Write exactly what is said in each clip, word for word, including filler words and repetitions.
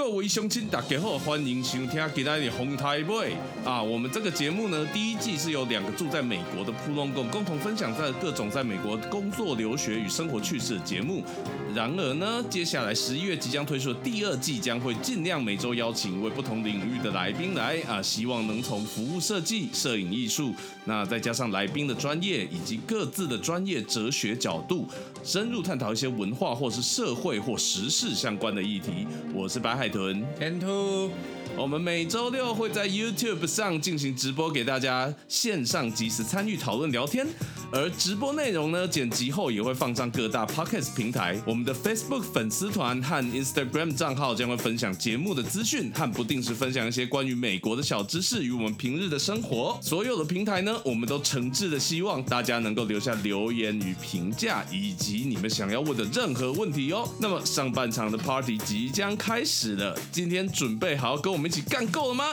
各位乡亲，大家好，欢迎收听今天的红台妹啊！我们这个节目呢，第一季是由两个住在美国的扑龙共共同分享在各种在美国工作、留学与生活趣事的节目。然而呢，接下来十一月即将推出的第二季将会尽量每周邀请一位不同领域的来宾来啊，希望能从服务设计、摄影艺术，那再加上来宾的专业以及各自的专业哲学角度，深入探讨一些文化或是社会或时事相关的议题。我是白海豚天兔， 我们每周六会在 YouTube 上进行直播，给大家线上即时参与讨论聊天。而直播内容呢，剪辑后也会放上各大 Podcast 平台。我们的 Facebook 粉丝团和 Instagram 账号将会分享节目的资讯，和不定时分享一些关于美国的小知识与我们平日的生活。所有的平台呢，我们都诚挚的希望大家能够留下留言与评价，以及你们想要问的任何问题哦。那么上半场的 Party 即将开始了，今天准备好跟我们一起干够了吗？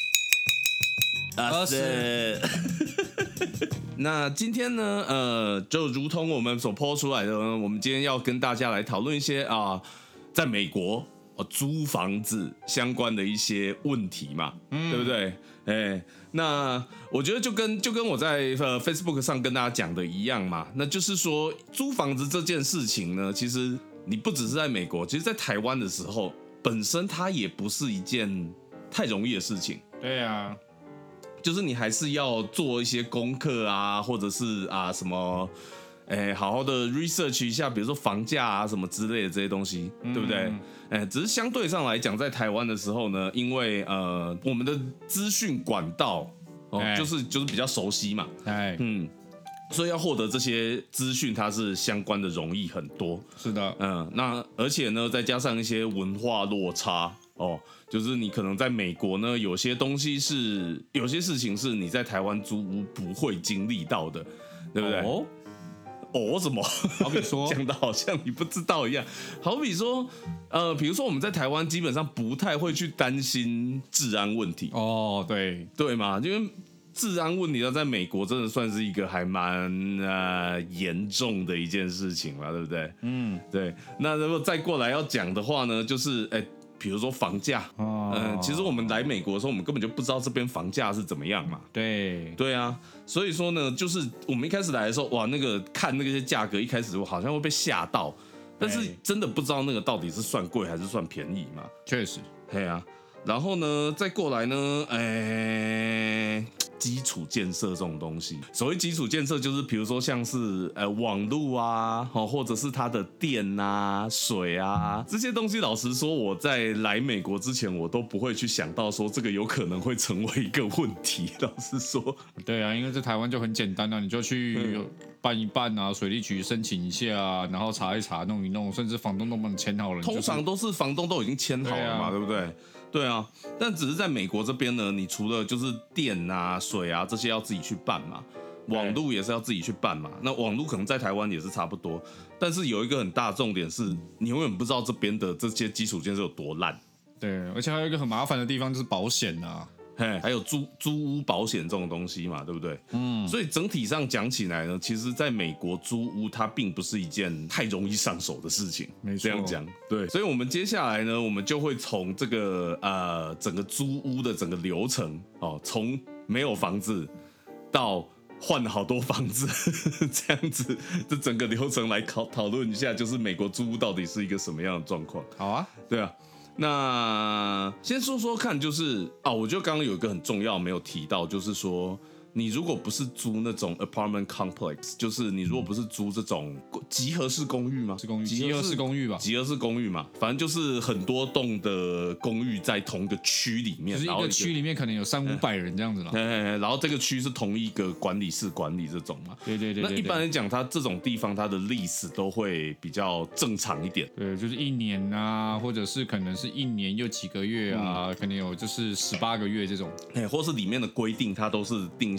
啊是。那今天呢，呃，就如同我们所 po 出来的呢，我们今天要跟大家来讨论一些啊、呃，在美国、呃、租房子相关的一些问题嘛，嗯、对不对？哎，那我觉得就跟就跟我在呃 Facebook 上跟大家讲的一样嘛，那就是说租房子这件事情呢，其实你不只是在美国，其实在台湾的时候，本身它也不是一件太容易的事情。 对啊。 就是你还是要做一些功课啊，或者是啊什么，哎，好好的 research 一下，比如说房价啊什么之类的这些东西，嗯、对不对？哎，只是相对上来讲，在台湾的时候呢，因为呃我们的资讯管道哦，就是就是比较熟悉嘛，哎，嗯，所以要获得这些资讯，它是相关的容易很多。 是的， 嗯，那而且呢，再加上一些文化落差。哦，就是你可能在美国呢，有些东西是，有些事情是你在台湾租屋不会经历到的，对不对？哦，哦，什么？ 好比说， 讲的好像你不知道一样。好比说，呃，比如说我们在台湾基本上不太会去担心治安问题。 哦，对， 对嘛？因为治安问题呢，在美国真的算是一个还蛮呃严重的一件事情嘛，对不对？嗯，对。那如果再过来要讲的话呢，就是哎。比如说房价，嗯、呃，其实我们来美国的时候，我们根本就不知道这边房价是怎么样嘛。 对， 对啊，所以说呢，就是我们一开始来的时候，哇，那个看那些价格，一开始我好像会被吓到，但是真的不知道那个到底是算贵还是算便宜嘛。 确实， 对啊。然后呢，再过来呢，哎，基础建设这种东西，所谓基础建设就是比如说像是呃网路啊，或者是它的电啊、水啊这些东西。老实说，我在来美国之前，我都不会去想到说这个有可能会成为一个问题。老实说， 对啊，因为在台湾就很简单啊，你就去办一办啊，水利局申请一下啊，然后查一查、弄一弄，甚至房东都帮你签好了。 通常都是房东都已经签好了嘛， 对,、啊、对不对？对啊，但只是在美国这边呢，你除了就是电啊、水啊这些要自己去办嘛，网路也是要自己去办嘛。那网路可能在台湾也是差不多，但是有一个很大的重点是，你永远不知道这边的这些基础建设有多烂。 对，而且还有一个很麻烦的地方就是保险啊。 嘿，还有租租屋保险这种东西嘛，对不对？嗯，所以整体上讲起来呢，其实在美国租屋它并不是一件太容易上手的事情。 没错， 这样讲对。所以我们接下来呢，我们就会从这个呃整个租屋的整个流程哦，从没有房子到换了好多房子这样子，这整个流程来讨讨论一下，就是美国租屋到底是一个什么样的状况。 好啊， 对啊。那先说说看，就是啊，我觉得刚刚有一个很重要没有提到，就是说，你如果不是租那种 apartment complex， 就是你如果不是租这种集合式公寓吗？ 是公寓，集合式公寓吧？ 集合式公寓嘛，反正就是很多栋的公寓在同一个区里面， 就是一个区里面可能有三五百人这样子了。 然后这个区是同一个管理室管理这种嘛。 对对 对, 对, 对。 那一般来讲，它这种地方它的历史都会比较正常一点。 对，就是一年啊，或者是可能是一年又几个月啊，嗯、可能有就是十八个月这种。 或是里面的规定，它都是定一些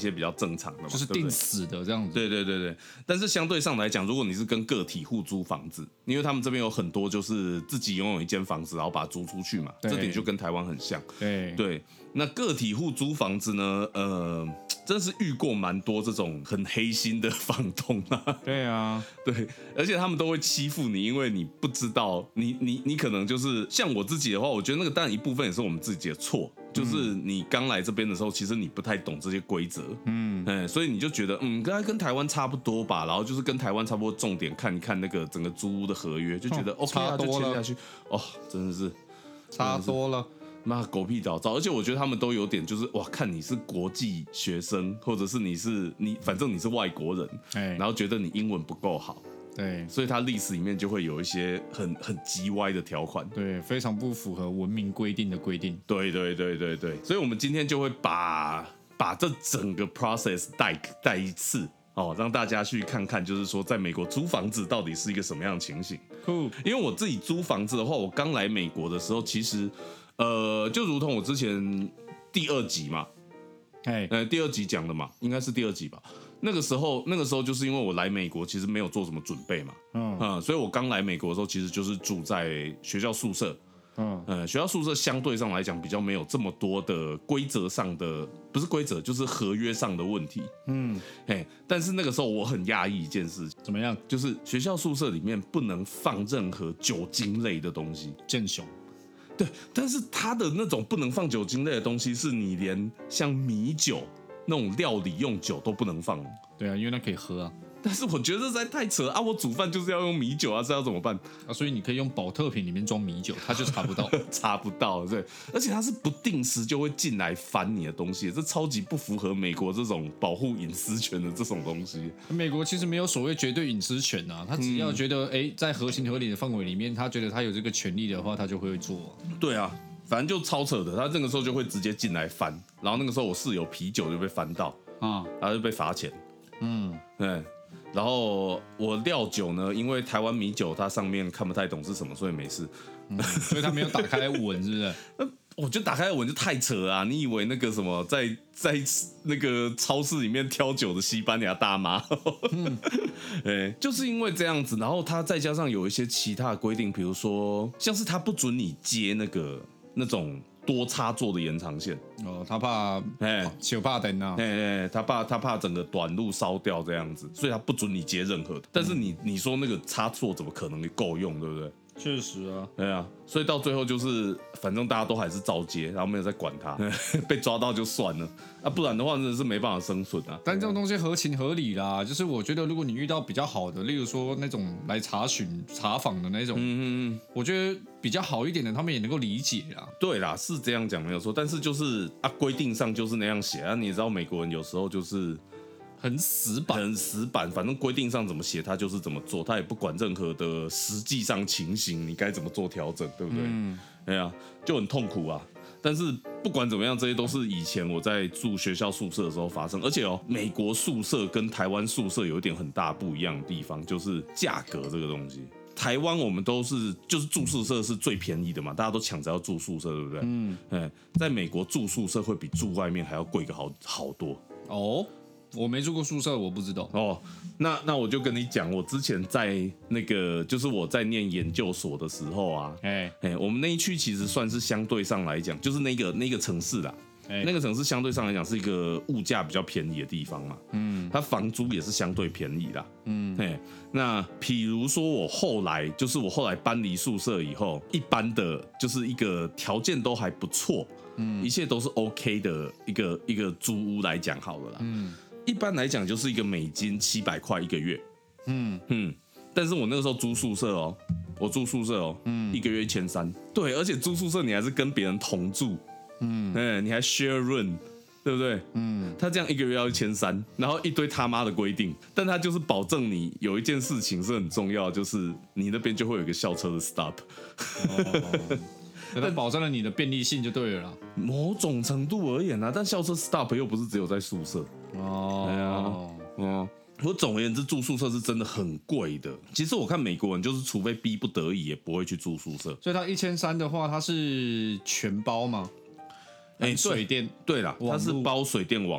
些比较正常的嘛， 就是定死的这样子。 对对对对，但是相对上来讲，如果你是跟个体户租房子，因为他们这边有很多就是自己拥有一间房子，然后把它租出去嘛，这点就跟台湾很像。 对对，那个体户租房子呢，呃，真是遇过蛮多这种很黑心的房东啊。 对啊， 对，而且他们都会欺负你，因为你不知道，你你你可能就是像我自己的话，我觉得那个当然一部分也是我们自己的错，就是你刚来这边的时候，其实你不太懂这些规则，嗯，哎，所以你就觉得嗯，跟跟台湾差不多吧，然后就是跟台湾差不多，重点看一看那个整个租屋的合约，就觉得、哦、OK 啊，就签下去，哦，真的是差多了。 妈狗屁倒灶，而且我觉得他们都有点就是哇，看你是国际学生，或者是你是你，反正你是外国人， 欸、 然后觉得你英文不够好， 对， 所以它历史里面就会有一些很很叽歪的条款， 对，非常不符合文明规定的规定。 对对对对对，所以我们今天就会把把这整个 process 带带一次。哦，让大家去看看，就是说，在美国租房子到底是一个什么样的情形。 Cool. 因为我自己租房子的话，我刚来美国的时候，其实，呃，就如同我之前第二集嘛， 哎， 呃，第二集讲的嘛，应该是第二集吧。那个时候，那个时候就是因为我来美国，其实没有做什么准备嘛，嗯，嗯所以我刚来美国的时候，其实就是住在学校宿舍。嗯，呃，学校宿舍相对上来讲比较没有这么多的规则上的，不是规则，就是合约上的问题。嗯，嘿，但是那个时候我很讶异一件事， 怎么样？ 就是学校宿舍里面不能放任何酒精类的东西。 健雄。 对，但是它的那种不能放酒精类的东西，是你连像米酒那种料理用酒都不能放。 对啊，因为那可以喝啊。 但是我觉得这实在太扯啊！我煮饭就是要用米酒啊，这要怎么办啊？所以你可以用保特瓶里面装米酒，它就查不到， 查不到。对，而且它是不定时就会进来翻你的东西，这超级不符合美国这种保护隐私权的这种东西。 美国其实没有所谓绝对隐私权啊，他只要觉得哎、嗯，在合情合理的范围里面，他觉得他有这个权利的话，他就会做、啊。 对啊，反正就超扯的，他那个时候就会直接进来翻，然后那个时候我室友啤酒就被翻到啊，然后就被罚钱。嗯，对。然后我料酒呢，因为台湾米酒它上面看不太懂是什么，所以没事。 嗯、所以他没有打开来闻，是不是？ 我觉得打开来闻就太扯了啊！你以为那个什么，在在那个超市里面挑酒的西班牙大妈？嗯，哎，就是因为这样子，然后他再加上有一些其他的规定，比如说像是他不准你接那个那种多插座的延长线。 哦，他怕哎，小怕灯啊， 哎哎，他怕他怕整个短路烧掉这样子，所以他不准你接任何的。但是你你说那个插座怎么可能够用，对不对？ 确实啊， 对啊，所以到最后就是，反正大家都还是照接，然后没有在管他，被抓到就算了，啊，不然的话真的是没办法生存啊。 但这种东西合情合理啦，就是我觉得如果你遇到比较好的，例如说那种来查询、查访的那种，嗯嗯嗯，我觉得比较好一点的，他们也能够理解啦。 对啦，是这样讲没有错，但是就是啊，规定上就是那样写啊，你知道美国人有时候就是。 很死板， 很死板，反正规定上怎么写，他就是怎么做，他也不管任何的实际上情形，你该怎么做调整，对不对？嗯，哎呀，就很痛苦啊。但是不管怎么样，这些都是以前我在住学校宿舍的时候发生，而且哦，美国宿舍跟台湾宿舍有一点很大不一样的地方，就是价格这个东西。台湾我们都是就是住宿舍是最便宜的嘛，大家都抢着要住宿舍，对不对？嗯，哎，在美国住宿舍会比住外面还要贵个好好多哦。我没住过宿舍，我不知道。 哦，那那我就跟你讲，我之前在那个，就是我在念研究所的时候啊，哎哎，我们那一区其实算是相对上来讲，就是那个那个城市啦，那个城市相对上来讲是一个物价比较便宜的地方嘛，嗯，它房租也是相对便宜啦，嗯，哎，那譬如说我后来就是我后来搬离宿舍以后，一般的就是一个条件都还不错，嗯，一切都是 OK 的一个一个租屋来讲好了啦，嗯。一般来讲就是一个美金七百块一个月，嗯嗯，但是我那个时候租宿舍哦，我住宿舍哦，嗯，一个月一千三，对，而且住宿舍你还是跟别人同住，嗯，哎，你还 share room， 对不对？嗯，他这样一个月要一千三，然后一堆他妈的规定，但他就是保证你有一件事情是很重要，就是你那边就会有一个校车的 stop。 哦但保证了你的便利性就对了啦。 某种程度而言啊，但校车 stop 又不是只有在宿舍哦。对啊，嗯，我总而言之，住宿舍是真的很贵的。其实我看美国人就是，除非逼不得已，也不会去住宿舍。 所以他一千三的话，它是全包吗？ 哎、欸， 水电对啦，它是包水电网路。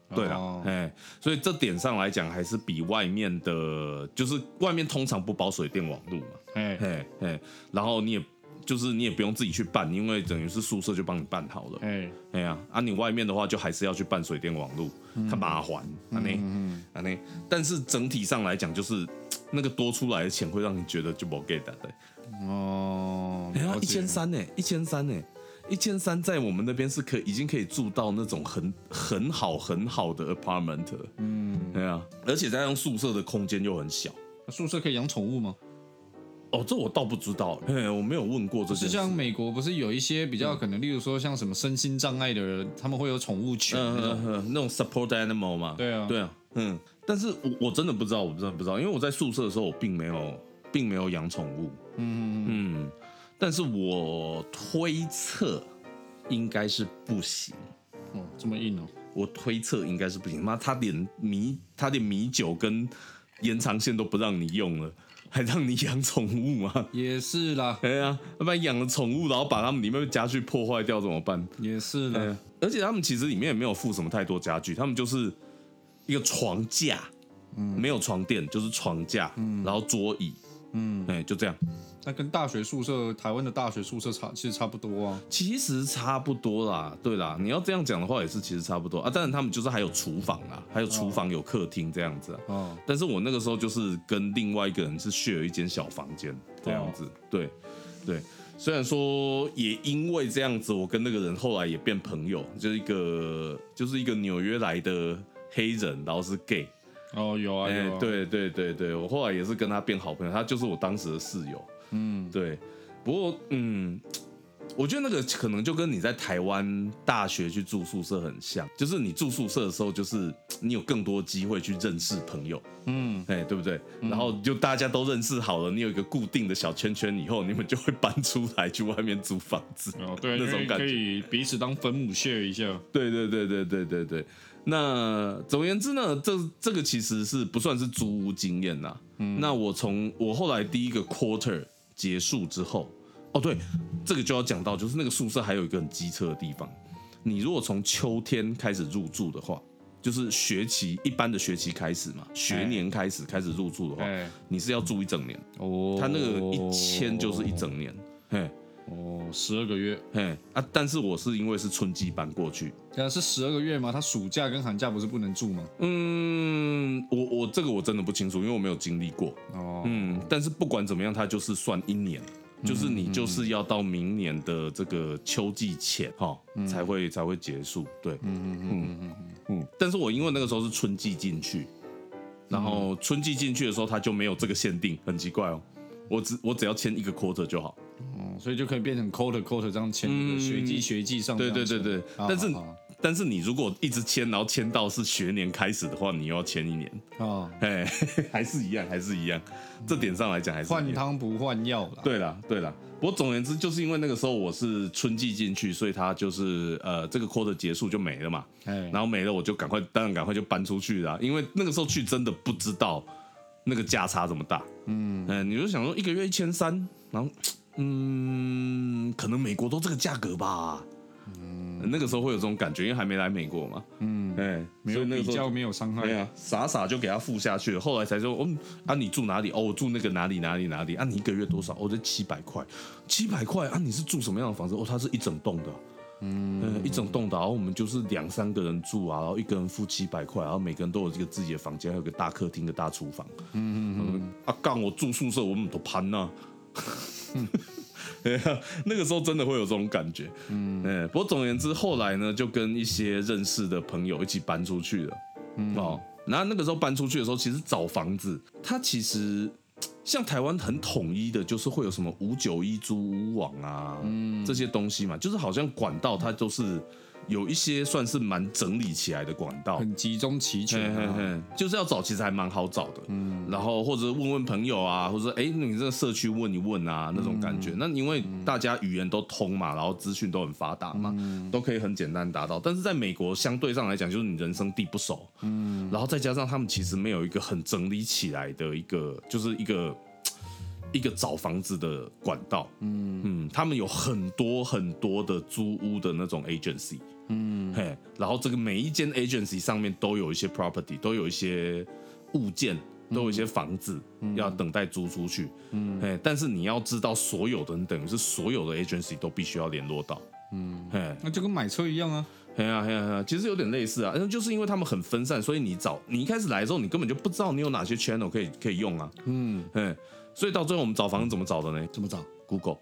对啦，哎、哦，所以这点上来讲，还是比外面的，就是外面通常不包水电网路嘛，哎哎哎，然后你也就是你也不用自己去办，因为等于是宿舍就帮你办好了，哎哎呀，啊你外面的话就还是要去办水电网路，很、嗯、麻烦，啊那啊那，但是整体上来讲，就是那个多出来的钱会让你觉得就不给的，对，哦，然后一千三呢，一千三呢。一千三在我们那边是可以已经可以住到那种很很好很好的 apartment， 嗯，对啊，而且加上宿舍的空间又很小。 宿舍可以养宠物吗？ 哦，这我倒不知道，嘿，我没有问过这件事。 是像美国不是有一些比较可能，例如说像什么身心障碍的人，他们会有宠物犬那种、 嗯、那种 support animal 嘛？ 对啊， 对啊，嗯，但是我我真的不知道，我真的不知道，因为我在宿舍的时候我并没有并没有养宠物，嗯嗯嗯，但是我推测。应该是不行哦，这么硬哦！ 我推测应该是不行。妈，他连米他连米酒跟延长线都不让你用了，还让你养宠物吗？ 也是啦， 对啊，要不然养了宠物，然后把他们里面的家具破坏掉怎么办？ 也是啦、啊， 而且他们其实里面也没有附什么太多家具，他们就是一个床架，嗯，没有床垫，就是床架，嗯，然后桌椅，嗯，哎，就这样。 那跟大学宿舍，台湾的大学宿舍差其实差不多啊。 其实差不多啦，对啦，你要这样讲的话也是其实差不多啊。当然他们就是还有厨房啦，还有厨房有客厅这样子啊。哦。但是我那个时候就是跟另外一个人是 share 一间小房间这样子，哦、对对。虽然说也因为这样子，我跟那个人后来也变朋友，就是一个就是一个纽约来的黑人，然后是 gay。 哦，有啊有啊。 对对对对，我后来也是跟他变好朋友，他就是我当时的室友。嗯，对，不过嗯，我觉得那个可能就跟你在台湾大学去住宿舍很像，就是你住宿舍的时候，就是你有更多机会去认识朋友，嗯，哎，对不对？嗯、然后就大家都认识好了，你有一个固定的小圈圈，以后你们就会搬出来去外面租房子， 哦，对，那种感觉可以彼此当分母 share 一下， 对对对对对对对。那总而言之呢，这这个其实是不算是租屋经验啦。嗯、那我从我后来第一个 quarter 结束之后，哦对，这个就要讲到，就是那个宿舍还有一个很机车的地方。你如果从秋天开始入住的话，就是学期一般的学期开始嘛，学年开始开始入住的话，欸、你是要住一整年。哦，他那个一签就是一整年。嘿。 哦，十二个月， 嘿啊！但是我是因为是春季搬过去， 对啊，是十二个月吗？他暑假跟寒假不是不能住吗？ 嗯，我我这个我真的不清楚，因为我没有经历过。哦，嗯，但是不管怎么样，它就是算一年，就是你就是要到明年的这个秋季前哈、嗯、才会才会结束。对，嗯嗯嗯嗯嗯嗯。但是我因为那个时候是春季进去，然后春季进去的时候他就没有这个限定，很奇怪哦。我只我只要签一个 quarter 就好。 哦，所以就可以变成 quarter quarter 这样签，嗯、学季学季上。 对对对对，啊、但是、啊、但是你如果一直签，然后签到是学年开始的话，你又要签一年。哦，哎，还是一样，还是一样。这点上来讲还是换汤不换药啦。 对啦，对啦。不过总而言之，就是因为那个时候我是春季进去，所以他就是呃这个 quarter 结束就没了嘛。然后没了，我就赶快，当然赶快就搬出去啦。因为那个时候去真的不知道那个价差这么大。嗯，嗯，你就想说一个月一千三，然后。嗯，可能美国都这个价格吧。嗯，那个时候会有这种感觉，因为还没来美国嘛。嗯，哎， 没有比较，没有伤害。 对啊，傻傻就给他付下去了。后来才说，嗯，啊，你住哪里？哦，我住那个哪里哪里哪里。啊，你一个月多少？哦，这七百块，七百块啊！你是住什么样的房子？哦，它是一整栋的。嗯，嗯，一整栋的，然后我们就是两三个人住啊，然后一个人付七百块，然后每个人都有这个自己的房间，还有个大客厅、个大厨房。嗯嗯嗯。啊，干我住宿舍，我们都攀呐。对啊，那个时候真的会有这种感觉。嗯，哎，不过总而言之，后来呢，就跟一些认识的朋友一起搬出去了。嗯，哦，然后那个时候搬出去的时候，其实找房子，它其实像台湾很统一的，就是会有什么五九一租屋网啊，嗯，这些东西嘛，就是好像管道它都是。有一些算是蛮整理起来的管道， 很集中齐全、啊嘿嘿嘿，就是要找其实还蛮好找的，嗯，然后或者问问朋友啊，或者哎、欸、你这个社区问一问啊那种感觉，嗯、那因为大家语言都通嘛，然后资讯都很发达嘛，嗯、都可以很简单达到。但是在美国相对上来讲，就是你人生地不熟，嗯，然后再加上他们其实没有一个很整理起来的一个，就是一个一个找房子的管道。嗯嗯，他们有很多很多的租屋的那种 agency。嗯，嘿，然后这个每一间 agency 上面都有一些 property， 都有一些物件。都有一些房子要等待租出去，嗯，嘿，但是你要知道，所有的等于是所有的 agency 都必须要联络到，嗯，嘿， 那就跟买车一样啊， 嘿啊嘿啊嘿啊，其实有点类似啊，但就是因为他们很分散，所以你找你一开始来的时候，你根本就不知道你有哪些 channel 可以可以用啊，嗯，嘿，所以到最后我们找房子怎么找的呢？ 怎么找 ？Google。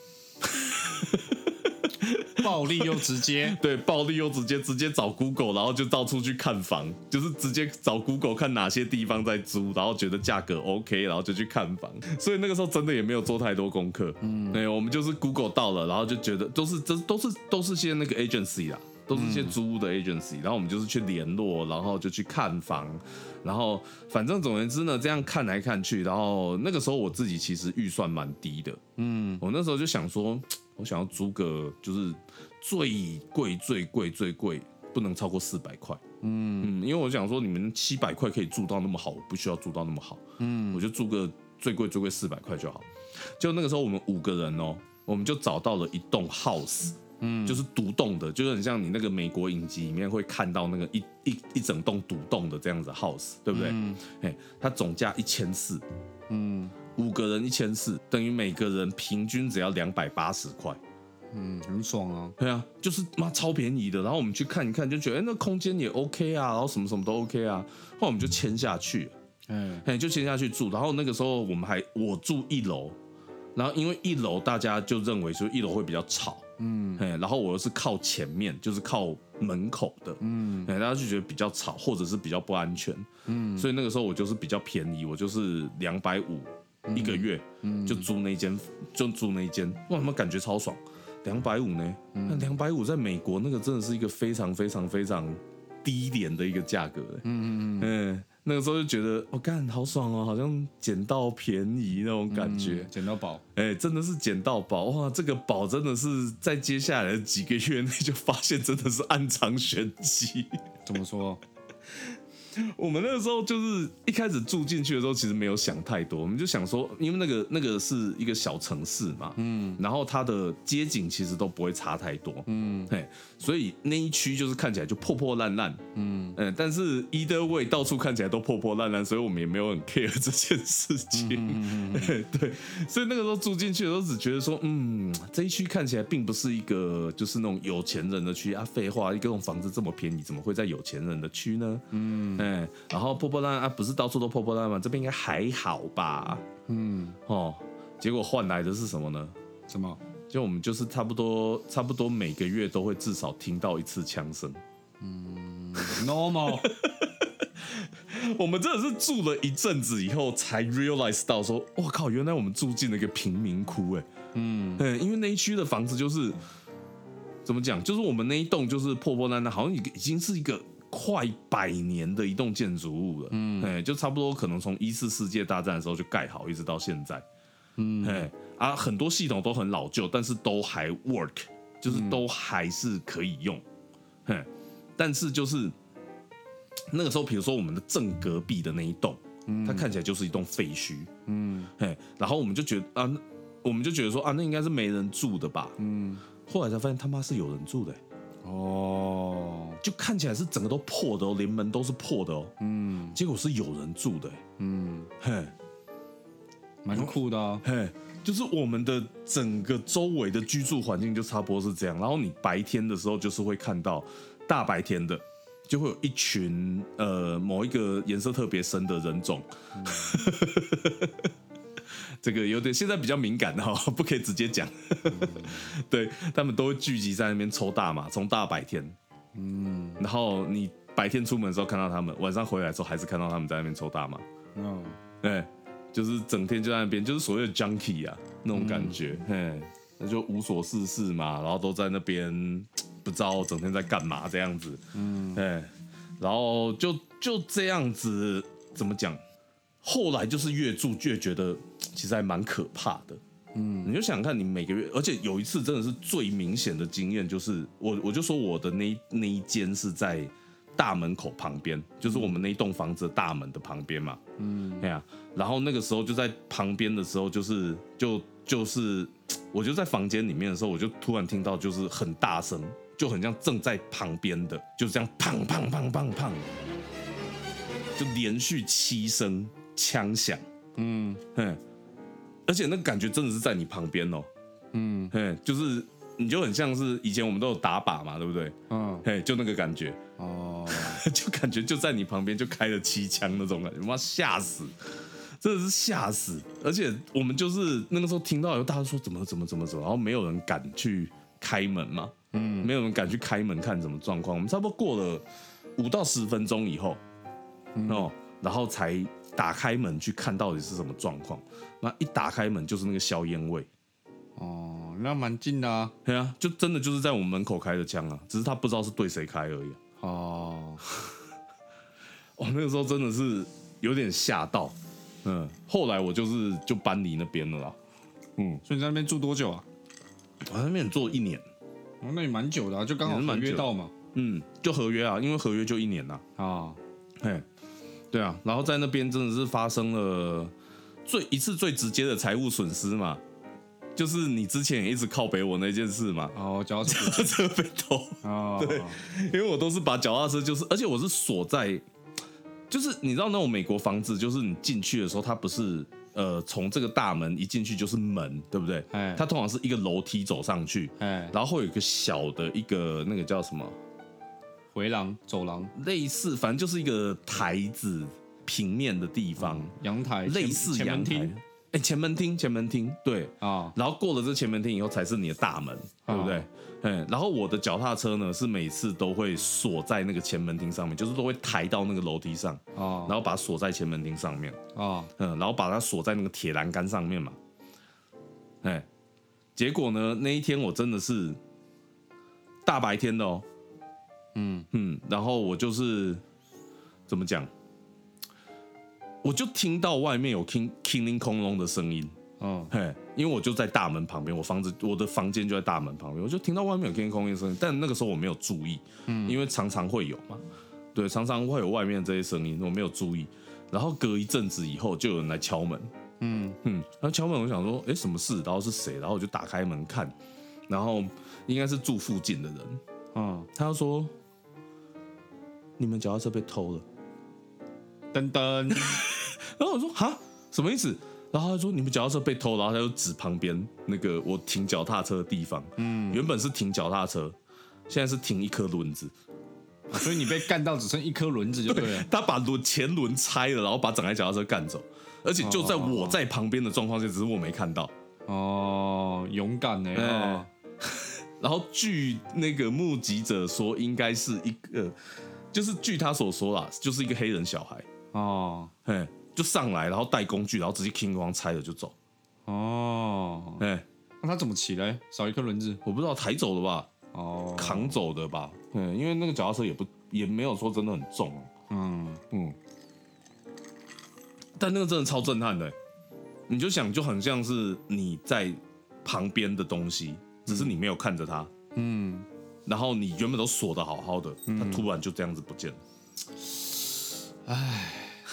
暴力又直接， 对，暴力又直接，直接找 Google， 然后就到处去看房，就是直接找 Google 看哪些地方在租，然后觉得价格 OK， 然后就去看房。所以那个时候真的也没有做太多功课，嗯，对，我们就是 Google 到了，然后就觉得都是这都是都是些那个 agency 啦，都是些租屋的 agency，然后我们就是去联络，然后就去看房，然后反正总而言之呢，这样看来看去，然后那个时候我自己其实预算蛮低的，嗯，我那时候就想说。我想要租个就是最贵最贵最贵不能超过四百块，嗯嗯，因为我想说你们七百块可以住到那么好，我不需要住到那么好，嗯，我就住个最贵最贵四百块就好。就那个时候我们五个人哦，我们就找到了一栋 house， 嗯，就是独栋的，就是很像你那个美国影集里面会看到那个一一一整栋独栋的这样子 house， 对不对？嗯，哎，它总价一千四，嗯。五个人一千四，等于每个人平均只要两百八十块， 嗯，很爽啊。 对啊，就是妈超便宜的。然后我们去看一看，就觉得哎、欸，那空间也 OK 啊，然后什么什么都 OK 啊。后来我们就签下去，嗯，就签下去住。然后那个时候我们还我住一楼，然后因为一楼大家就认为说一楼会比较吵，嗯，然后我又是靠前面，就是靠门口的，嗯，大家就觉得比较吵，或者是比较不安全，嗯，所以那个时候我就是比较便宜，我就是两百五。一个月就租那间，就租那间，哇，他们感觉超爽。两百五呢？那两百五在美国那个真的是一个非常非常非常低廉的一个价格。嗯嗯嗯，那个时候就觉得，我干好爽哦，好像捡到便宜那种感觉， 捡到宝。 哎，真的是捡到宝哇！这个宝真的是在接下来的几个月内就发现真的是暗藏玄机。 怎么说？ 我们那个时候就是一开始住进去的时候，其实没有想太多，我们就想说，因为那个那个是一个小城市嘛，嗯，然后它的街景其实都不会差太多，嗯，嘿，所以那一区就是看起来就破破烂烂，嗯嗯，但是 either way 到处看起来都破破烂烂，所以我们也没有很 care 这件事情，嗯嗯嗯对，所以那个时候住进去的时候，只觉得说，嗯，这一区看起来并不是一个就是那种有钱人的区啊，废话，一个种房子这么便宜，怎么会在有钱人的区呢？嗯。哎，然后破破烂烂啊，不是到处都破破烂烂吗？这边应该还好吧？嗯，哦，结果换来的是什么呢？ 什么？ 就我们就是差不多差不多每个月都会至少听到一次枪声。 嗯 ，normal。 我们真的是住了一阵子以后才 realize 到说，我靠，原来我们住进了一个贫民窟哎。嗯，嗯，因为那一区的房子就是怎么讲，就是我们那一栋就是破破烂烂，好像已经是一个。快百年的一栋建筑物了，嗯，哎，就差不多可能从一次世界大战的时候就盖好，一直到现在，嗯，哎，啊，很多系统都很老旧，但是都还 work， 就是都还是可以用，嘿，但是就是那个时候，比如说我们的正隔壁的那一栋，嗯，它看起来就是一栋废墟，嗯，嘿，然后我们就觉得啊，我们就觉得说啊，那应该是没人住的吧，嗯，后来才发现他妈是有人住的、欸。哦，就看起来是整个都破的哦，连门都是破的哦。嗯，结果是有人住的、欸。嗯，嘿， 蛮酷的啊。 嘿，就是我们的整个周围的居住环境就差不多是这样。然后你白天的时候就是会看到大白天的，就会有一群呃某一个颜色特别深的人种。嗯这个有点现在比较敏感哈，不可以直接讲。嗯、对他们都会聚集在那边抽大麻，从大白天，嗯，然后你白天出门的时候看到他们，晚上回来的时候还是看到他们在那边抽大麻。嗯，对，就是整天就在那边，就是所谓的 junkie 啊那种感觉，嗯，那就无所事事嘛，然后都在那边不知道整天在干嘛这样子，嗯，对，然后就就这样子怎么讲？后来就是越住越觉得其实还蛮可怕的，嗯，你就想想看，你每个月，而且有一次真的是最明显的经验，就是我我就说我的那那一间是在大门口旁边，就是我们那一栋房子的大门的旁边嘛。嗯，对啊。然后那个时候就在旁边的时候，就是就就是我就在房间里面的时候，我就突然听到就是很大声，就很像正在旁边的，就这样砰砰砰砰砰，就连续七声枪响。嗯，嘿，而且那个感觉真的是在你旁边哦。嗯，嘿，就是你就很像是以前我们都有打靶嘛，对不对？嗯，嘿，就那个感觉哦，就感觉就在你旁边就开了七枪那种感觉，妈吓死，真的是吓死！而且我们就是那个时候听到以后，大家说怎么怎么怎么怎么，然后没有人敢去开门嘛，嗯，没有人敢去开门看什么状况。我们差不多过了五到十分钟以后，嗯、哦，然后才打开门去看到底是什么状况。那一打开门就是那个硝烟味。 哦，那蛮近的啊。 对啊，就真的就是在我们门口开的枪啊，只是他不知道是对谁开而已、啊。 哦， 哦，那个时候真的是有点吓到。嗯，后来我就是就搬离那边了啦。 嗯，所以你在那边住多久啊？ 我在那边做一年。 哦，那也蛮久的啊，就刚好合约到嘛。 嗯，就合约啊，因为合约就一年啦。啊，嘿，对啊，然后在那边真的是发生了最一次最直接的财务损失嘛。就是你之前也一直靠北我那件事嘛， 哦，脚踏车车被偷，哦，对，因为我都是把脚踏车，就是而且我是锁在，就是你知道那种美国房子，就是你进去的时候，它不是呃从这个大门一进去就是门，对不对？哎，它通常是一个楼梯走上去，哎，然后会有一个小的一个那个叫什么回廊、走廊， 类似，反正就是一个台子平面的地方， 阳台， 类似阳台。哎、欸，前门厅，前门厅，对啊，哦、然后过了这前门厅以后，才是你的大门，对不对？嗯、哦，然后我的脚踏车呢，是每次都会锁在那个前门厅上面，就是都会抬到那个楼梯上，哦，然后把它锁在前门厅上面，哦，嗯，然后把它锁在那个铁栏杆上面嘛，哎，结果呢，那一天我真的是大白天的哦，嗯嗯，然后我就是怎么讲？我就听到外面有叮叮铃空隆的声音，嗯，嘿，因为我就在大门旁边，我房子我的房间就在大门旁边，我就听到外面有叮铃空隆的声音，但那个时候我没有注意，嗯，因为常常会有嘛，对，常常会有外面这些声音，我没有注意，然后隔一阵子以后就有人来敲门，嗯嗯，然后敲门，我想说，哎，什么事？然后是谁？然后我就打开门看，然后应该是住附近的人，嗯，他就说，你们脚踏车被偷了。 噔噔， 然后我说哈什么意思？然后他说你们脚踏车被偷，然后他就指旁边那个我停脚踏车的地方，嗯，原本是停脚踏车，现在是停一颗轮子， 所以你被干到只剩一颗轮子就对了。 他把轮前轮拆了，然后把整台脚踏车干走，而且就在我在旁边的状况下，只是我没看到。 哦，勇敢呢、欸。哦然后据那个目击者说，应该是一个，就是据他所说啦，就是一个黑人小孩。哦，嘿，就上来，然后带工具，然后直接哐哐拆了就走。 哦， 哎， 那他怎么骑嘞？少一颗轮子， 我不知道，抬走的吧？哦，扛走的吧？嗯，因为那个脚踏车也不也没有说真的很重。嗯嗯，但那个真的超震撼的，你就想就很像是你在旁边的东西，只是你没有看着它。嗯，然后你原本都锁得好好的，它突然就这样子不见了。 唉。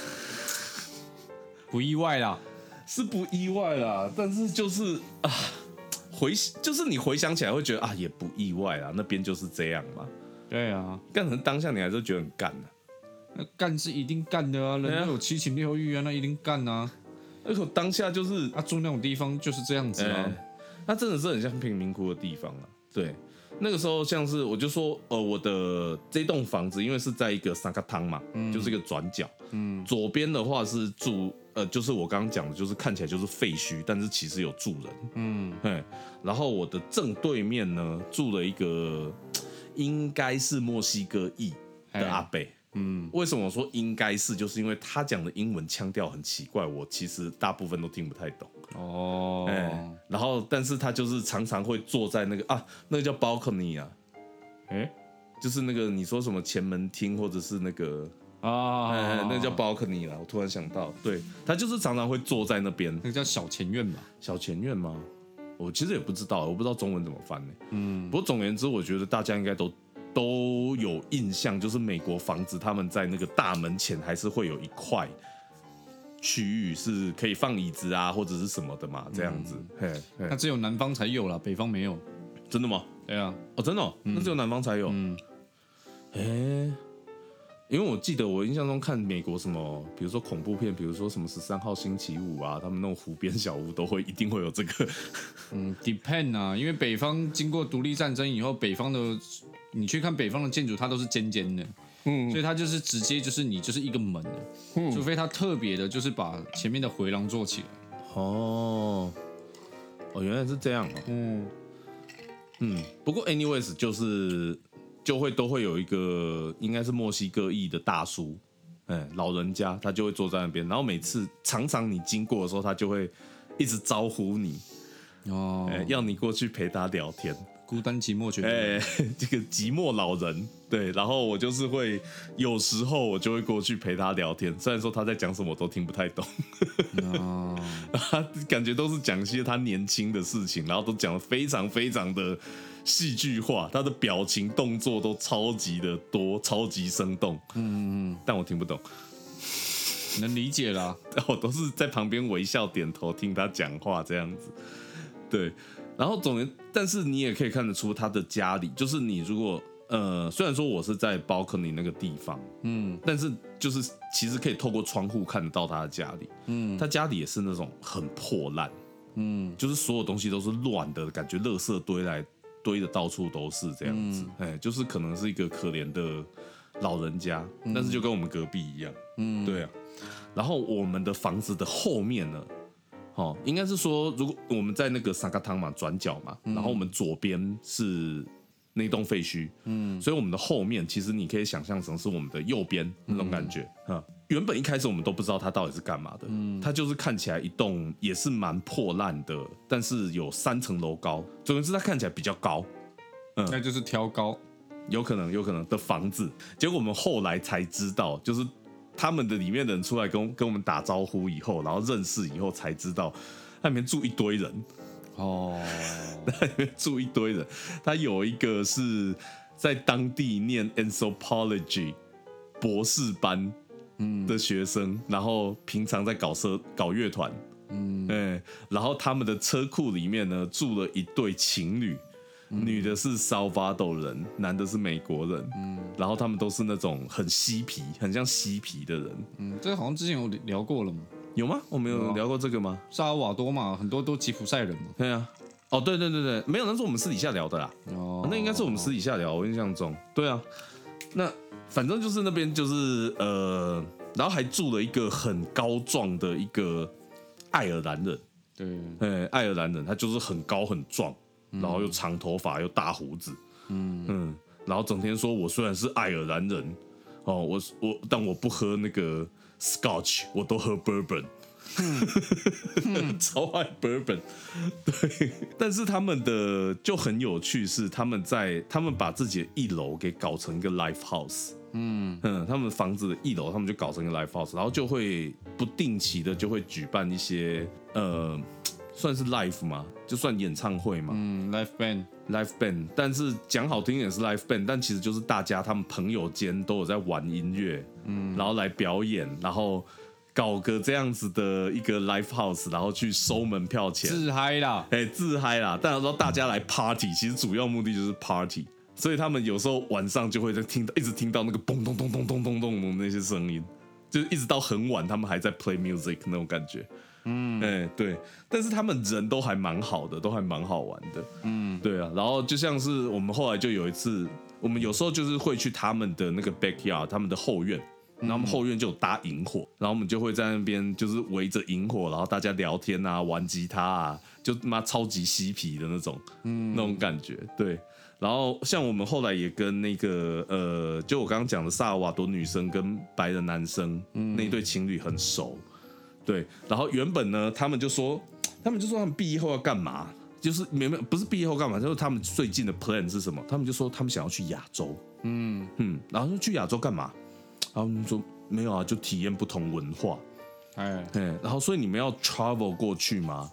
不意外啦， 是不意外啦，但是就是啊，回就是你回想起来会觉得啊，也不意外啦，那边就是这样嘛。 对啊， 但可能当下你还是觉得很干的、啊， 那干是一定干的啊，人都有七情六欲啊，那一定干啊。 而且当下就是啊，住那种地方就是这样子啊，欸、 那真的是很像贫民窟的地方啊。对，那个时候像是我就说，呃，我的这栋房子因为是在一个三角汤嘛，嗯、就是一个转角，嗯，左边的话是住。呃，就是我刚刚讲的，就是看起来就是废墟，但是其实有住人，嗯，嘿，然后我的正对面呢住了一个应该是墨西哥裔的阿伯，嗯，为什么我说应该是，就是因为他讲的英文腔调很奇怪，我其实大部分都听不太懂，哦，哎，然后但是他就是常常会坐在那个啊，那个叫 balcony 啊，哎、欸，就是那个你说什么前门厅或者是那个。啊、欸，那个叫 balcony 啦，我突然想到，对，他就是常常会坐在那边， 那个叫小前院吧？ 小前院吗？我其实也不知道，我不知道中文怎么翻呢、欸。嗯，不过总而言之，我觉得大家应该都都有印象，就是美国房子他们在那个大门前还是会有一块区域是可以放椅子啊或者是什么的嘛，这样子。嗯、嘿嘿那只有南方才有啦，北方没有。 真的吗？ 对啊， 哦，真的、哦，那只有南方才有。 嗯， 哎、欸，因为我记得我印象中看美国什么，比如说恐怖片，比如说什么十三号星期五啊，他们那种湖边小屋都会一定会有这个。 嗯 ，depend 啊，因为北方经过独立战争以后，北方的你去看北方的建筑，它都是尖尖的。嗯，所以它就是直接就是你就是一个门的，嗯、除非它特别的，就是把前面的回廊做起来。 哦，哦，原来是这样哦。嗯嗯，不过 anyways 就是就会都会有一个应该是墨西哥裔的大叔，哎，老人家他就会坐在那边，然后每次常常你经过的时候，他就会一直招呼你，哦，哎，要你过去陪他聊天。 孤单寂寞觉得， 哎，这个寂寞老人，对，然后我就是会有时候我就会过去陪他聊天，虽然说他在讲什么我都听不太懂，哦，他感觉都是讲一些他年轻的事情，然后都讲得非常非常的戏剧化，他的表情动作都超级的多，超级生动，嗯嗯嗯，但我听不懂， 能理解啦， 我都是在旁边微笑点头听他讲话这样子，对。然后总，但是你也可以看得出他的家里，就是你如果呃，虽然说我是在 balcony 那个地方，嗯，但是就是其实可以透过窗户看得到他的家里，嗯，他家里也是那种很破烂，嗯，就是所有东西都是乱的感觉，垃圾堆来堆的到处都是这样子，哎、嗯，就是可能是一个可怜的老人家，嗯、但是就跟我们隔壁一样，嗯，对啊，然后我们的房子的后面呢。哦，应该是说，如果我们在那个萨卡汤嘛转角嘛，嗯、然后我们左边是那栋废墟，嗯，所以我们的后面其实你可以想象成是我们的右边那种感觉啊、嗯。原本一开始我们都不知道它到底是干嘛的，嗯，它就是看起来一栋也是蛮破烂的，但是有三层楼高，总之它看起来比较高， 嗯，那就是挑高， 有可能有可能的房子。结果我们后来才知道，就是。他们的里面的人出来跟跟我们打招呼以后，然后认识以后才知道，那里面住一堆人哦，那里面住一堆人。他有一个是在当地念 anthropology 博士班的学生，嗯、然后平常在搞社搞乐团，嗯，哎，然后他们的车库里面呢住了一对情侣。嗯、女的是萨瓦多人，男的是美国人，嗯，然后他们都是那种很嬉皮，很像嬉皮的人， 嗯，这个好像之前有聊过了嘛？ 有吗？我们有聊过这个吗？ 萨尔瓦多嘛，很多都吉普赛人嘛。 对啊，哦，对对对对，没有，那是我们私底下聊的啦。哦，那应该是我们私底下聊，我印象中。对啊，那反正就是那边就是呃，然后还住了一个很高壮的一个爱尔兰人， 对， 哎，爱尔兰人，他就是很高很壮。然后又长头发又大胡子，嗯嗯，然后整天说我虽然是爱尔兰人，哦，我我但我不喝那个 Scotch， 我都喝 Bourbon，嗯、超爱 Bourbon， 对，但是他们的就很有趣是他们在他们把自己的一楼给搞成一个 live house， 嗯嗯，他们房子的一楼他们就搞成一个 live house， 然后就会不定期的就会举办一些呃。算是 live 吗？就算演唱会嘛。 嗯 ，live band，live band， 但是讲好听也是 live band， 但其实就是大家他们朋友间都有在玩音乐，嗯，然后来表演，然后搞个这样子的一个 live house， 然后去收门票钱， 自嗨啦， 哎、欸，自嗨啦。但有时候大家来 party， 其实主要目的就是 party， 所以他们有时候晚上就会在听到，一直听到那个嘣咚咚咚咚咚咚咚那些声音，就是一直到很晚，他们还在 play music 那种感觉。嗯，哎、欸，对，但是他们人都还蛮好的，都还蛮好玩的，嗯，对啊，然后就像是我们后来就有一次，我们有时候就是会去他们的那个 backyard， 他们的后院，然后我们后院就有搭萤火，然后我们就会在那边就是围着萤火，然后大家聊天啊，玩吉他啊，就妈超级嬉皮的那种，嗯，那种感觉，对。然后像我们后来也跟那个呃，就我刚刚讲的萨尔瓦多女生跟白人男生、嗯、那一对情侣很熟。对，然后原本呢，他们就说，他们就说他们毕业后要干嘛，就是没有不是毕业后干嘛，就是他们最近的 plan 是什么？他们就说他们想要去亚洲，嗯嗯，然后说去亚洲干嘛？然后他们说没有啊，就体验不同文化，哎哎，然后所以你们要 travel 过去吗？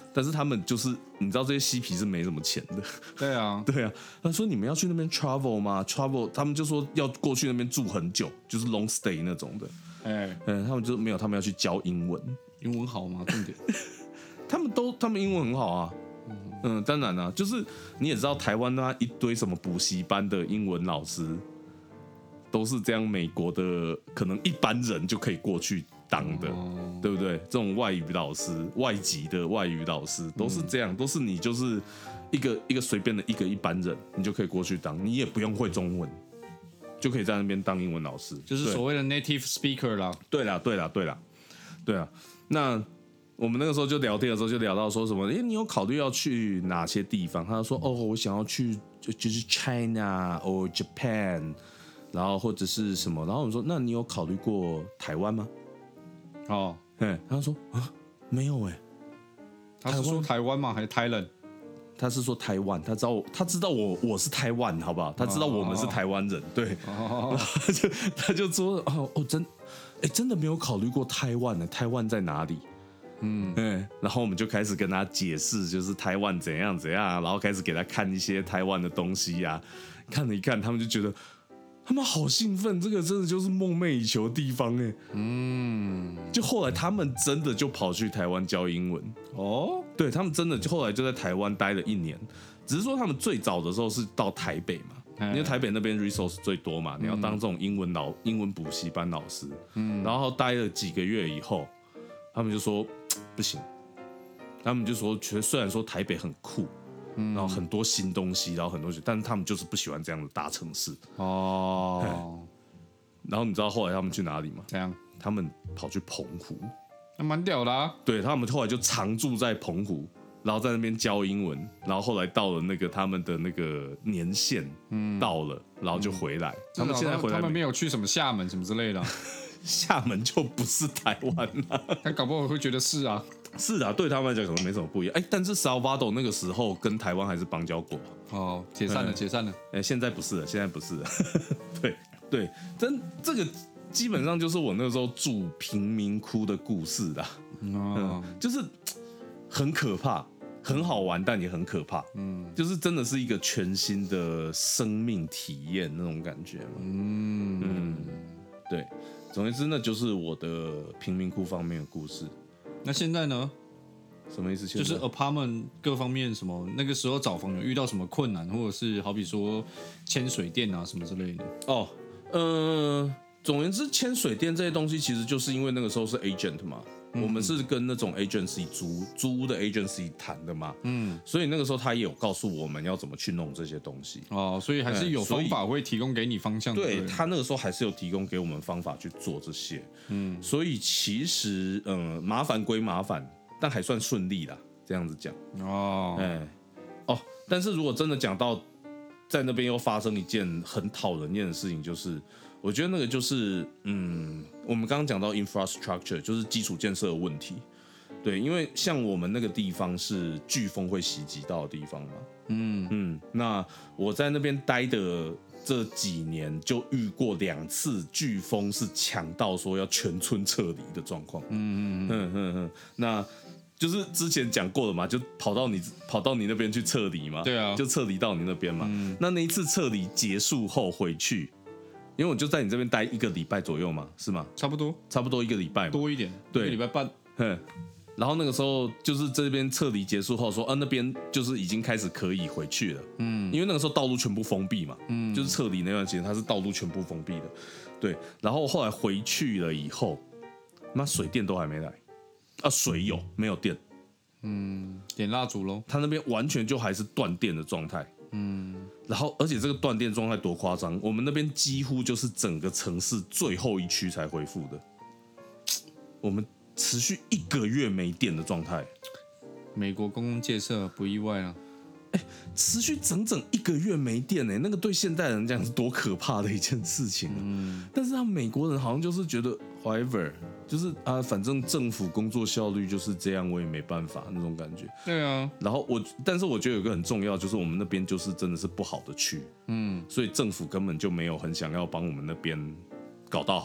但是他们就是你知道这些嬉皮是没什么钱的。 对啊， 对啊。他说你们要去那边 travel 吗 ？travel， 他们就说要过去那边住很久，就是 long stay 那种的。哎、欸，嗯，他们就没有，他们要去教英文。 英文好吗？重点， 他们都他们英文很好啊。嗯，当然啊，就是你也知道台湾那一堆什么补习班的英文老师，都是这样美国的，可能一般人就可以过去当的，哦、对不对？这种外语老师、外籍的外语老师都是这样，嗯、都是你就是一个一个随便的一个一般人，你就可以过去当，你也不用会中文，就可以在那边当英文老师， 就是所谓的 native speaker 啦。 对啦，对啦，对啦，对啊，那。我们那个时候就聊天的时候就聊到说什么，哎，你有考虑要去哪些地方？他说，哦，我想要去就就是 China or Japan， 然后或者是什么，然后我们说，那你有考虑过台湾吗？ 哦， 嗯，他说啊，没有哎、欸， 他是说台湾吗？还是 Thailand？ 他是说台湾，他知道我，他知道我我是台湾，好不好？他知道我们是台湾人，对，哦、然后他就他就说，哦哦，真，哎，真的没有考虑过台湾呢，台湾在哪里？嗯，嗯，然后我们就开始跟他解释，就是台湾怎样怎样，然后开始给他看一些台湾的东西啊，看了一看，他们就觉得他们好兴奋，这个真的就是梦寐以求的地方哎，嗯，就后来他们真的就跑去台湾教英文哦，对他们真的就后来就在台湾待了一年，只是说他们最早的时候是到台北嘛，因为台北那边 resource 最多嘛，你要当这种英文老英文补习班老师，嗯，然后待了几个月以后，他们就说。不行，他们就说，虽然说台北很酷，嗯、然后很多新东西，然后很多，但是他们就是不喜欢这样的大城市哦。然后你知道后来他们去哪里吗？ 怎样？ 他们跑去澎湖， 那蛮屌的啊。 对，他们后来就常住在澎湖，然后在那边教英文，然后后来到了那个他们的那个年限到了，嗯、然后就回来。嗯、他们现在回来， 他们没有去什么厦门什么之类的、啊。 厦门就不是台湾了， 他搞不好会觉得是啊， 是啊，对他们来讲可能没什么不一样。哎，但是 Salvador 那个时候跟台湾还是邦交国哦，解散了，解散了。 哎，现在不是了，现在不是了。对对，真这个基本上就是我那个时候住贫民窟的故事啦。哦、嗯，就是很可怕，很好玩，但也很可怕。嗯，就是真的是一个全新的生命体验那种感觉嘛。嗯嗯，对。总而言之，那就是我的贫民窟方面的故事。 那现在呢？ 什么意思？ 就是 apartment 各方面什么，那个时候找房有遇到什么困难，或者是好比说牵水电啊什么之类的。 哦，呃，总而言之，牵水电这些东西，其实就是因为那个时候是 agent 嘛。嗯、我们是跟那种 agency 租租屋的 agency 谈的嘛，嗯，所以那个时候他也有告诉我们要怎么去弄这些东西哦，所以还是有方法会提供给你方向的。 对，他那个时候还是有提供给我们方法去做这些，嗯，所以其实嗯麻烦归麻烦，但还算顺利啦，这样子讲哦，哎哦，但是如果真的讲到在那边又发生一件很讨人厌的事情，就是我觉得那个就是嗯。我们刚刚讲到 infrastructure 就是基础建设的问题，对，因为像我们那个地方是飓风会袭击到的地方嘛，嗯嗯，那我在那边待的这几年就遇过两次飓风是强到说要全村撤离的状况，嗯嗯嗯嗯嗯，那就是之前讲过的嘛，就跑到你跑到你那边去撤离嘛， 对啊， 就撤离到你那边嘛，嗯、那那一次撤离结束后回去。因为我就在你这边待一个礼拜左右嘛，是吗？ 差不多， 差不多一个礼拜嘛， 多一点， 对， 一个礼拜半。 然后那个时候就是这边撤离结束后说，啊那边就是已经开始可以回去了，嗯，因为那个时候道路全部封闭嘛，嗯，就是撤离那段时间它是道路全部封闭的，对。然后后来回去了以后，妈水电都还没来，啊水有没有电？ 嗯，点蜡烛咯， 他那边完全就还是断电的状态。嗯，然后而且这个断电状态多夸张，我们那边几乎就是整个城市最后一区才恢复的，我们持续一个月没电的状态。 美国公共建设不意外啊， 哎，持续整整一个月没电哎、欸，那个对现代人讲是多可怕的一件事情啊！嗯，但是他们美国人好像就是觉得 whatever， 就是啊，反正政府工作效率就是这样，我也没办法那种感觉。 对啊， 然后我，但是我觉得有一个很重要，就是我们那边就是真的是不好的区，嗯，所以政府根本就没有很想要帮我们那边搞到好，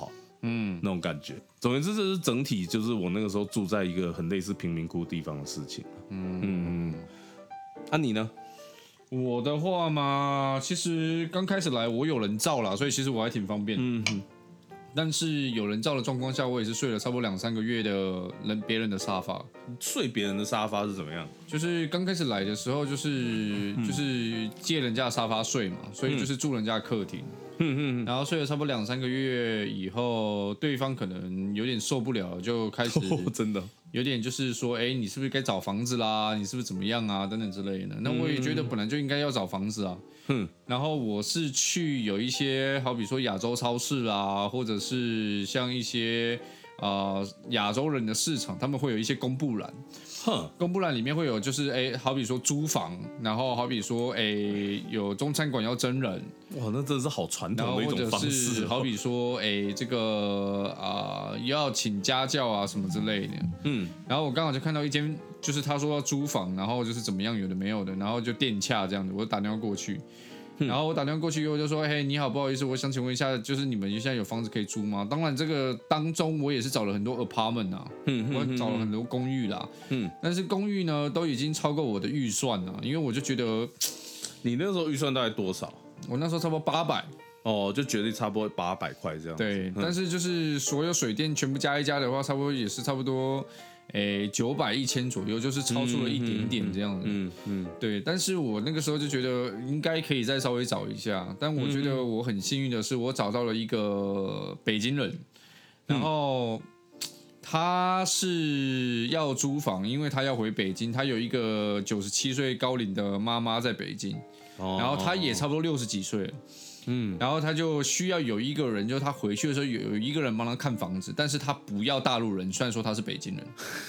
嗯，那种感觉。总而言之，这是整体，就是我那个时候住在一个很类似贫民窟地方的事情。嗯嗯嗯。啊，你呢？ 我的话嘛，其实刚开始来我有人罩啦，所以其实我还挺方便。嗯哼。但是有人罩的状况下，我也是睡了差不多两三个月的人别人的沙发。 睡别人的沙发是怎么样？ 就是刚开始来的时候，就是、嗯、就是借人家的沙发睡嘛，所以就是住人家的客厅。嗯嗯。然后睡了差不多两三个月以后，对方可能有点受不了，就开始、哦、 真的有点就是说，哎，你是不是该找房子啦？你是不是怎么样啊？等等之类的。那我也觉得本来就应该要找房子啊。嗯，然后我是去有一些，好比说亚洲超市啦，或者是像一些啊亚洲人的市场，他们会有一些公布栏。哼，公布栏里面会有就是哎，好比说租房，然后好比说哎有中餐馆要征人。 哇，那真的是好传统的一种方式、哦。或者是好比说哎这个啊、呃、要请家教啊什么之类的。嗯，然后我刚好就看到一间。就是他说要租房，然后就是怎么样有的没有的，然后就电洽这样子，我就打电话过去，嗯、然后我打电话过去以后就说，嘿，你好，不好意思，我想请问一下，就是你们现在有房子可以租吗？当然这个当中我也是找了很多 apartment 啊，嗯、我找了很多公寓啦，嗯、但是公寓呢都已经超过我的预算了，因为我就觉得， 你那时候预算大概多少？ 我那时候差不多八百。 哦，就决定差不多八百块这样子。 对，但是就是所有水电全部加一加的话，差不多也是差不多。诶，九百一千左右，就是超出了一点点这样子。嗯 嗯, 嗯，对。但是我那个时候就觉得应该可以再稍微找一下，但我觉得我很幸运的是，我找到了一个北京人，然后他是要租房，因为他要回北京，他有一个九十七岁高龄的妈妈在北京，然后他也差不多六十几岁了。嗯，然后他就需要有一个人，就是他回去的时候有一个人帮他看房子，但是他不要大陆人，虽然说他是北京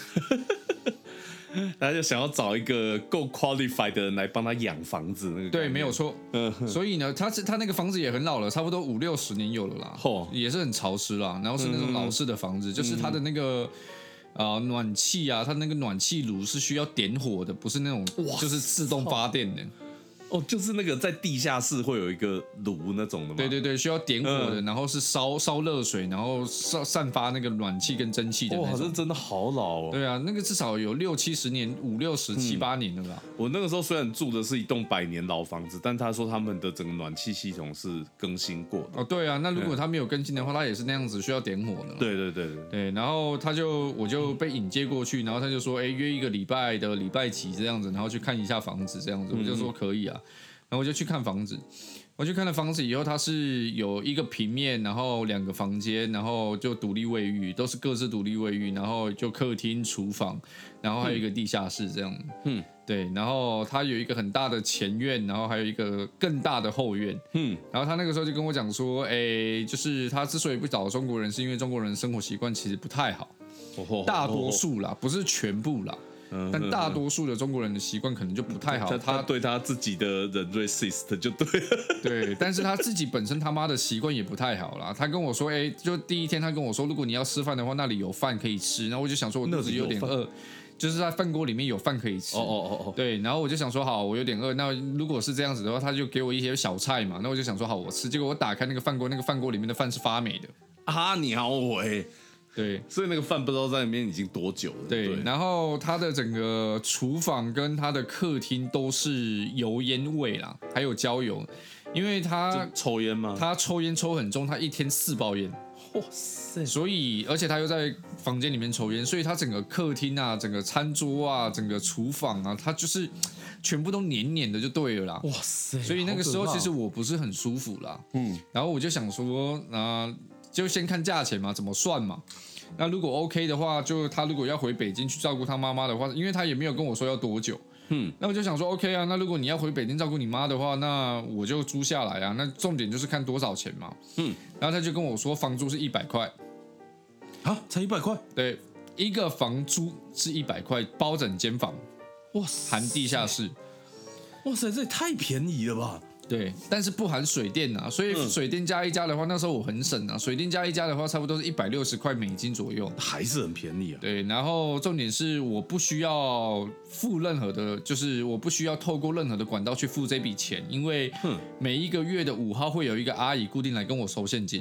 人，他就想要找一个够 qualified 的人来帮他养房子那个。 对，没有错。嗯，所以呢，他是他那个房子也很老了，差不多五六十年有了啦，哦、也是很潮湿啦，然后是那种老式的房子，嗯、就是他的那个。啊、呃，暖气啊，它那个暖气炉是需要点火的，不是那种就是自动发电的。 哦，就是那个在地下室会有一个炉那种的吗？ 对对对，需要点火的，嗯、然后是烧烧热水，然后散散发那个暖气跟蒸汽的那种。 哇，这真的好老哦。 对啊，那个至少有六七十年，五六十七八年了吧。 我那个时候虽然住的是一栋百年老房子，但他说他们的整个暖气系统是更新过的。 哦，对啊，那如果他没有更新的话，他也是那样子需要点火的。 对对对对。 对，然后他就我就被引接过去，然后他就说，哎，约一个礼拜的礼拜几这样子，然后去看一下房子这样子，我就说可以啊。然后我就去看房子，我去看了房子以后，它是有一个平面，然后两个房间，然后就独立卫浴，都是各自独立卫浴，然后就客厅、厨房，然后还有一个地下室这样。嗯，对，然后它有一个很大的前院，然后还有一个更大的后院。嗯，然后他那个时候就跟我讲说，哎，就是他之所以不找中国人，是因为中国人生活习惯其实不太好，大多数啦，不是全部啦。但大多数的中国人的习惯可能就不太好， 他, 他对他自己的人 racist 就对了， 对，但是他自己本身他妈的习惯也不太好啦。他跟我说，哎、欸，就第一天他跟我说，如果你要吃饭的话，那里有饭可以吃。然后我就想说，我肚子有点饿，就是在饭锅里面有饭可以吃。哦哦哦哦，对，然后我就想说，好，我有点饿。那如果是这样子的话，他就给我一些小菜嘛。那我就想说，好，我吃。结果我打开那个饭锅，那个饭锅里面的饭是发霉的。 啊，你好喂。 对， 所以那个饭不知道在里面已经多久了。 对，对，然后它的整个厨房跟它的客厅都是油烟味啦，还有焦油，因为他抽烟吗？ 他抽烟抽很重，他一天四包烟。哇塞！所以而且他又在房间里面抽烟，所以他整个客厅啊、整个餐桌啊、整个厨房啊，他就是全部都黏黏的就对了啦。哇塞！所以那个时候其实我不是很舒服啦。嗯，然后我就想说，啊、呃。就先看价钱嘛，怎么算嘛？那如果 OK 的话，就他如果要回北京去照顾他妈妈的话，因为他也没有跟我说要多久，嗯，那我就想说 OK 啊。那如果你要回北京照顾你妈的话，那我就租下来啊。那重点就是看多少钱嘛，嗯。然后他就跟我说，房租是一百块， 啊，才一百块？ 对，一个房租是一百块，包整间房，哇塞，含地下室， 哇塞，这也太便宜了吧？ 对，但是不含水电啊，所以水电加一加的话，那时候我很省啊。水电加一加的话，差不多是一百六十块美金左右， 还是很便宜啊。 对，然后重点是我不需要付任何的，就是我不需要透过任何的管道去付这笔钱，因为每一个月的五号会有一个阿姨固定来跟我收现金。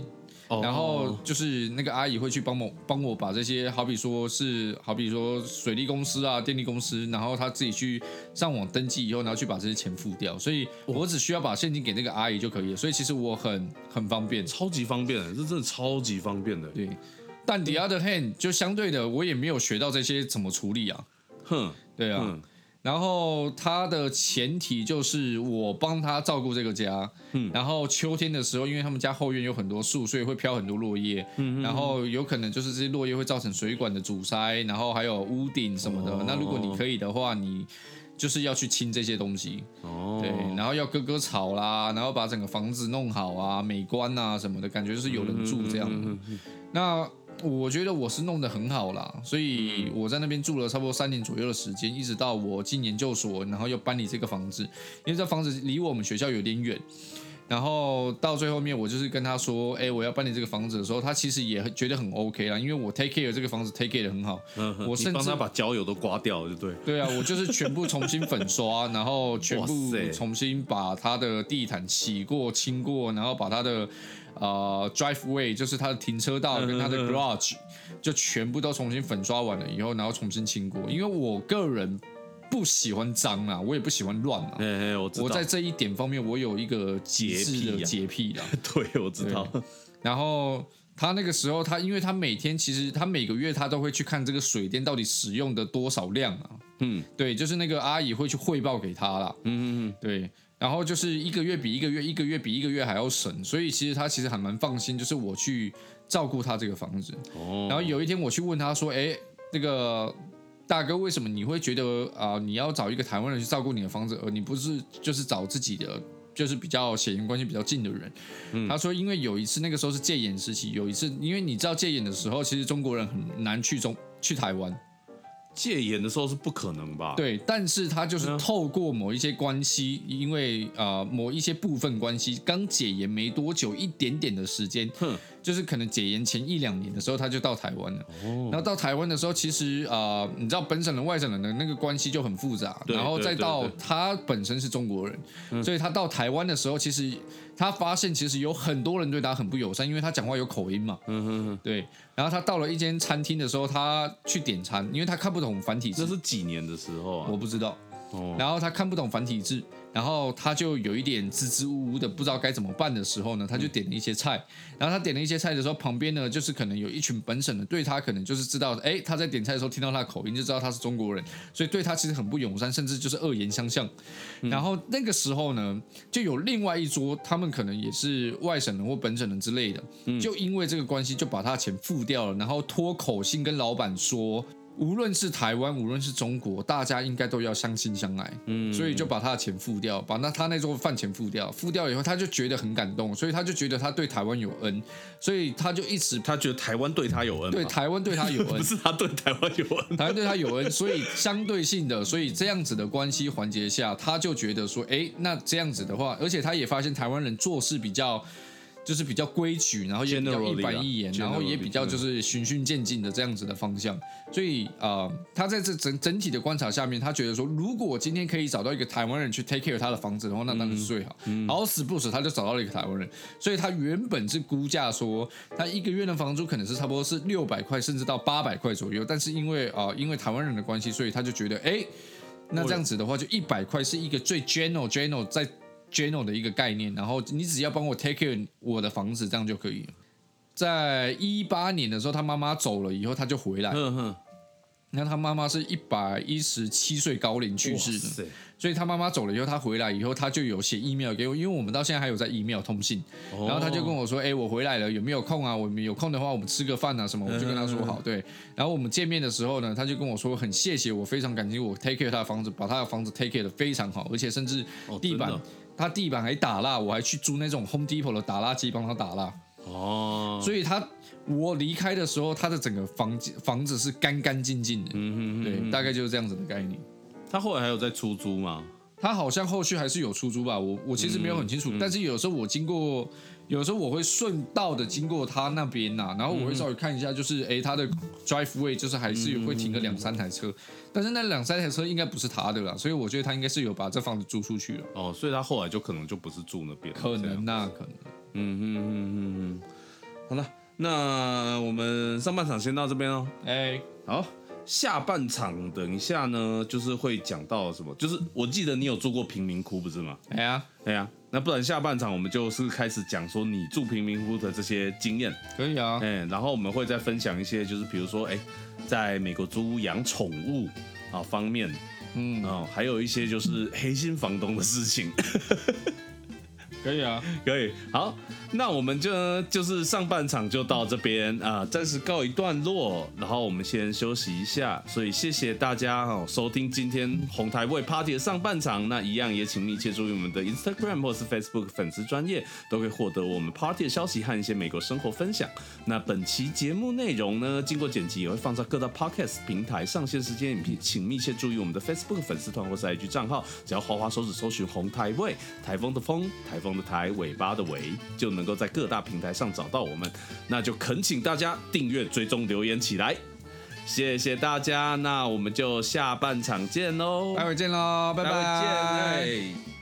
哦、然后就是那个阿姨会去帮我帮我把这些，好比说是好比说水利公司啊、电力公司，然后她自己去上网登记以后，然后去把这些钱付掉，所以我只需要把现金给那个阿姨就可以了，所以其实我很很方便， 超级方便的，这真的超级方便的。 对，但 the other hand 就相对的，我也没有学到这些怎么处理啊。 哼， 对啊。 嗯然后它的前提就是我帮他照顾这个家，嗯，然后秋天的时候，因为他们家后院有很多树，所以会飘很多落叶，嗯，然后有可能就是这些落叶会造成水管的阻塞，然后还有屋顶什么的。哦、那如果你可以的话，你就是要去清这些东西，哦，对，然后要割割草啦，然后把整个房子弄好啊，美观啊什么的，感觉就是有人住这样的。嗯、那我觉得我是弄得很好啦，所以我在那边住了差不多三年左右的时间，一直到我进研究所，然后又搬离这个房子，因为这房子离我们学校有点远。然后到最后面，我就是跟他说，哎，我要搬离这个房子的时候，他其实也觉得很 OK 啦，因为我 take care 这个房子 take care 的很好，嗯、我甚至帮他把胶油都刮掉了，就对。 对啊，我就是全部重新粉刷，然后全部重新把他的地毯洗过、清过，然后把他的呃 driveway 就是他的停车道跟他的 garage 就全部都重新粉刷完了以后，然后重新清过，因为我个人不喜欢脏啊，我也不喜欢乱啊。 嘿嘿，我知道。 我在这一点方面，我有一个极致的洁癖啦。 对，我知道。 然后他那个时候，他因为他每天其实他每个月他都会去看这个水电到底使用的多少量啊。嗯，对，就是那个阿姨会去汇报给他啦。嗯嗯嗯，对。然后就是一个月比一个月，一个月比一个月还要省，所以其实他其实还蛮放心，就是我去照顾他这个房子。哦。然后有一天我去问他说：“哎，这个。”大哥，为什么你会觉得啊、呃，你要找一个台湾人去照顾你的房子，而你不是就是找自己的，就是比较血缘关系比较近的人？嗯、他说，因为有一次那个时候是戒严时期，有一次，因为你知道戒严的时候，其实中国人很难去中去台湾。 戒严的时候是不可能吧？ 对，但是他就是透过某一些关系，嗯、因为啊、呃、某一些部分关系，刚解严没多久，一点点的时间，就是可能解严前一两年的时候，他就到台湾了。哦、然后到台湾的时候，其实啊、呃，你知道本省人外省人的那个关系就很复杂，然后再到他本身是中国人，嗯、所以他到台湾的时候，其实他发现其实有很多人对他很不友善，因为他讲话有口音嘛。嗯哼哼，对。然后他到了一间餐厅的时候，他去点餐，因为他看不懂繁体字。 那是几年的时候啊？ 我不知道。哦、然后他看不懂繁体字，然后他就有一点支支吾吾的，不知道该怎么办的时候呢，他就点了一些菜。然后他点了一些菜的时候，旁边呢就是可能有一群本省的，对他可能就是知道，哎，他在点菜的时候听到他的口音，就知道他是中国人，所以对他其实很不友善，甚至就是恶言相向。嗯、然后那个时候呢，就有另外一桌，他们可能也是外省人或本省人之类的，嗯、就因为这个关系，就把他的钱付掉了，然后托口信跟老板说。无论是台湾，无论是中国，大家应该都要相亲相爱，嗯，所以就把他的钱付掉，把那他那桌饭钱付掉，付掉以后，他就觉得很感动，所以他就觉得他对台湾有恩，所以他就一直他觉得台湾对他有恩， 对台湾对他有恩， 不是他对台湾有恩， 台湾对他有恩，所以相对性的，所以这样子的关系环节下，他就觉得说，哎，那这样子的话，而且他也发现台湾人做事比较。就是比较规矩，然后也比较一板一眼，然后也比较就是循序渐进的这样子的方向，所以啊、呃，他在这整整体的观察下面，他觉得说，如果我今天可以找到一个台湾人去 take care 他的房子的话，那当然是最好。嗯、好死不死，他就找到了一个台湾人，所以他原本是估价说，他一个月的房租可能是差不多是六百块，甚至到八百块左右，但是因为啊、呃，因为台湾人的关系，所以他就觉得，哎，那这样子的话，就一百块是一个最 general general 在。general 的一个概念，然后你只要帮我 take care 我的房子，这样就可以了。在一八年的时候，他妈妈走了以后，他就回来。嗯哼。那他妈妈是一百一十七岁高龄去世的，所以他妈妈走了以后，他回来以后，他就有写 email 给我，因为我们到现在还有在 email 通信。哦、然后他就跟我说：“哎、欸，我回来了，有没有空啊？我们有空的话，我们吃个饭啊什么。”我就跟他说好，对。然后我们见面的时候呢，他就跟我说很谢谢我，非常感激我 take care 他的房子，把他的房子 take care 的非常好，而且甚至地板。哦他地板还打蜡，我还去租那种 Home Depot 的打蜡机帮他打蜡。哦，所以他我离开的时候，他的整个房房子是干干净净的。嗯哼哼，对，大概就是这样子的概念。 他后来还有在出租吗？ 他好像后续还是有出租吧，我我其实没有很清楚，嗯嗯、但是有时候我经过，有时候我会顺道的经过他那边呐、啊，然后我会稍微看一下，就是哎、欸，他的 driveway 就是还是有会停个两三台车，但是那两三台车应该不是他的啦，所以我觉得他应该是有把这房子租出去了。 哦，所以他后来就可能就不是住那边， 可能那可能， 嗯嗯嗯嗯嗯。 好了，那我们上半场先到这边哦。 哎、欸， 好，下半场等一下呢，就是会讲到什么？就是我记得你有住过贫民窟，不是吗？ 哎呀， 哎呀，那不然下半场我们就是开始讲说你住贫民窟的这些经验。 可以啊。 哎，然后我们会再分享一些，就是比如说，哎，在美国租屋养宠物啊方面，嗯哦，还有一些就是黑心房东的事情。 可以啊， 可以。好，那我们就就是上半场就到这边啊、呃，暂时告一段落，然后我们先休息一下。所以谢谢大家哦，收听今天红台位 Party 的上半场。那一样也请密切注意我们的 Instagram 或是 Facebook 粉丝专页，都可以获得我们 Party 的消息和一些美国生活分享。那本期节目内容呢，经过剪辑也会放在各大 Podcast 平台，上线时间影片，请密切注意我们的 Facebook 粉丝团或是 I G 账号，只要滑滑手指搜寻红台位，台风的风，台风的台，尾巴的尾，就能够在各大平台上找到我们。那就恳请大家订阅、追踪、留言起来，谢谢大家。那我们就下半场见喽， 待会见喽，拜拜。 待会见。